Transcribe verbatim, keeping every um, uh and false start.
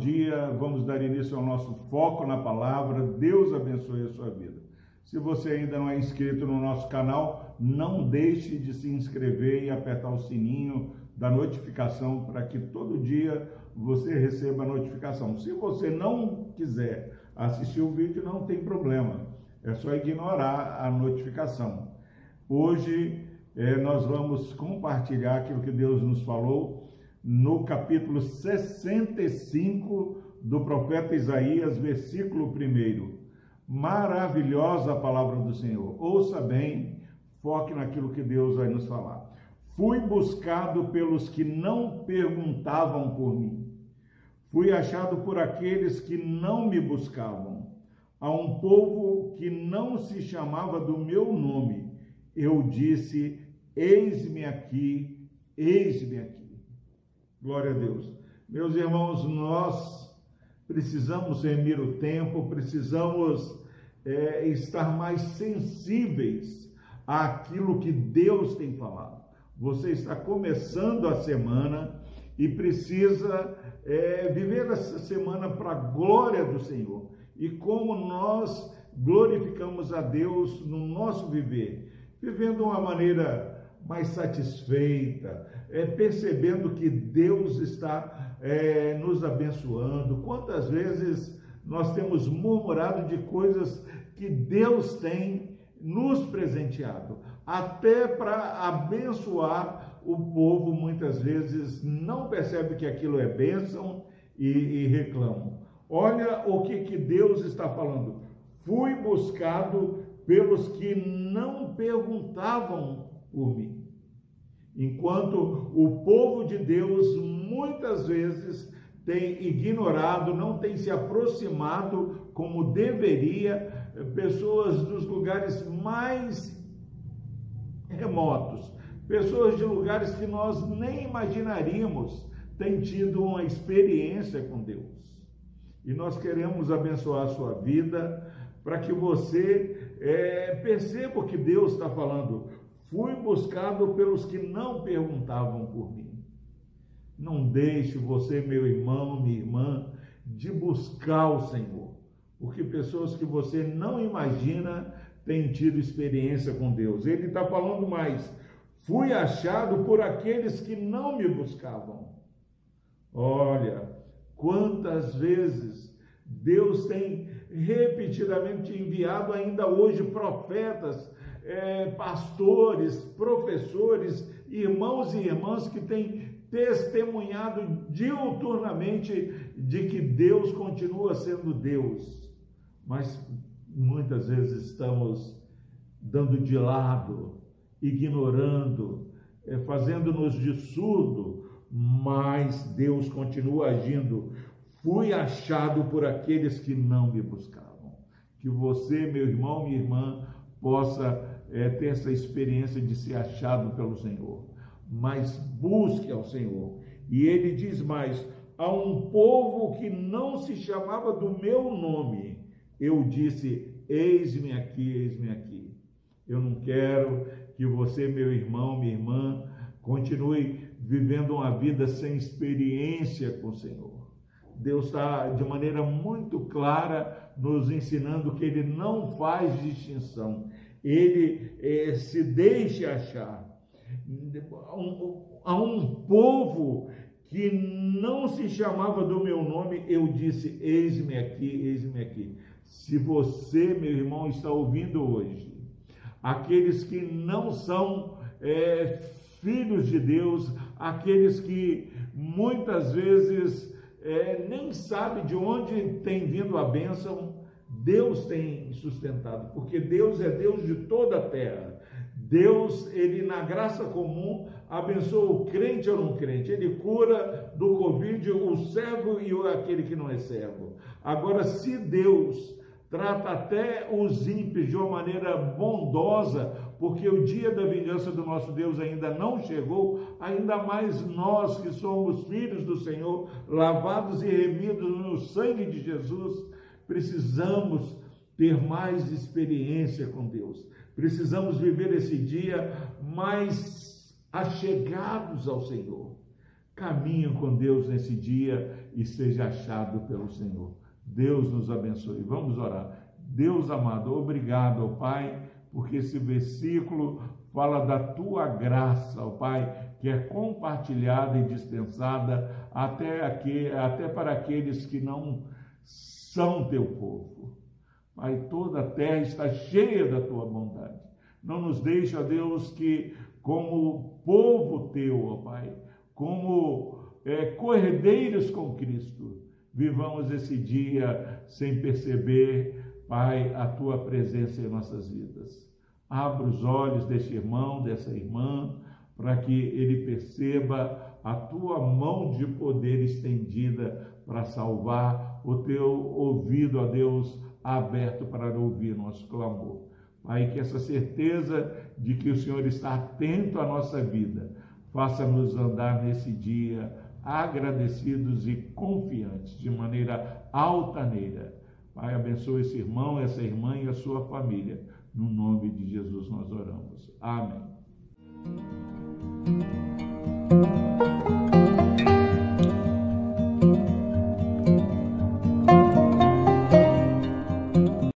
dia, vamos dar início ao nosso foco na palavra. Deus abençoe a sua vida. Se você ainda não é inscrito no nosso canal, não deixe de se inscrever e apertar o sininho da notificação para que todo dia você receba a notificação. Se você não quiser assistir o vídeo, não tem problema, é só ignorar a notificação. Hoje eh, nós vamos compartilhar aquilo que Deus nos falou no capítulo sessenta e cinco do profeta Isaías, versículo primeiro. Maravilhosa a palavra do Senhor. Ouça bem, foque naquilo que Deus vai nos falar. Fui buscado pelos que não perguntavam por mim. Fui achado por aqueles que não me buscavam. A um povo que não se chamava do meu nome, eu disse: eis-me aqui, eis-me aqui. Glória a Deus. Meus irmãos, nós precisamos remir o tempo, precisamos é, estar mais sensíveis àquilo que Deus tem falado. Você está começando a semana e precisa é, viver essa semana para a glória do Senhor. E como nós glorificamos a Deus no nosso viver, vivendo de uma maneira mais satisfeita, é, percebendo que Deus está é, nos abençoando. Quantas vezes nós temos murmurado de coisas que Deus tem nos presenteado, até para abençoar o povo, muitas vezes não percebe que aquilo é bênção e, e reclamam. Olha o que, que Deus está falando. Fui buscado pelos que não perguntavam por mim. Enquanto o povo de Deus muitas vezes tem ignorado, não tem se aproximado como deveria, pessoas dos lugares mais remotos, pessoas de lugares que nós nem imaginaríamos, têm tido uma experiência com Deus. E nós queremos abençoar a sua vida para que você é, perceba o que Deus está falando. Fui buscado pelos que não perguntavam por mim. Não deixe você, meu irmão, minha irmã, de buscar o Senhor, porque pessoas que você não imagina têm tido experiência com Deus. Ele está falando mais. Fui achado por aqueles que não me buscavam. Olha, quantas vezes Deus tem repetidamente enviado ainda hoje profetas, É, pastores, professores, irmãos e irmãs que têm testemunhado diuturnamente de que Deus continua sendo Deus, mas muitas vezes estamos dando de lado, ignorando, é, fazendo-nos de surdo, mas Deus continua agindo. Fui achado por aqueles que não me buscavam. Que você, meu irmão, minha irmã, possa é, ter essa experiência de ser achado pelo Senhor, mas busque ao Senhor. E ele diz mais: a um povo que não se chamava do meu nome, eu disse: eis-me aqui, eis-me aqui. Eu não quero que você, meu irmão, minha irmã, continue vivendo uma vida sem experiência com o Senhor. Deus está de maneira muito clara nos ensinando que Ele não faz distinção. Ele eh, se deixa achar. A um povo que não se chamava do meu nome, eu disse: eis-me aqui, eis-me aqui. Se você, meu irmão, está ouvindo hoje, aqueles que não são é, filhos de Deus, aqueles que muitas vezes é, nem sabem de onde tem vindo a bênção, Deus tem sustentado, porque Deus é Deus de toda a terra. Deus, Ele na graça comum, abençoa o crente ou não crente. Ele cura do Covid o servo e aquele que não é servo. Agora, se Deus trata até os ímpios de uma maneira bondosa, porque o dia da vingança do nosso Deus ainda não chegou, ainda mais nós que somos filhos do Senhor, lavados e remidos no sangue de Jesus, precisamos ter mais experiência com Deus. Precisamos viver esse dia mais achegados ao Senhor. caminhe com Deus nesse dia e seja achado pelo Senhor. Deus nos abençoe. Vamos orar. Deus amado, obrigado, ó Pai, porque esse versículo fala da tua graça, ó Pai, que é compartilhada e dispensada até, aqui, até para aqueles que não são teu povo. Pai, toda a terra está cheia da tua bondade. Não nos deixe, ó Deus, que como povo teu, ó Pai, como é, corredeiros com Cristo, vivamos esse dia sem perceber, Pai, a tua presença em nossas vidas. Abra os olhos deste irmão, dessa irmã, para que ele perceba a tua mão de poder estendida para salvar, o teu ouvido, ó Deus, aberto para ouvir nosso clamor. Pai, que essa certeza de que o Senhor está atento à nossa vida, faça-nos andar nesse dia agradecidos e confiantes, de maneira altaneira. Pai, abençoe esse irmão, essa irmã e a sua família. No nome de Jesus nós oramos. Amém.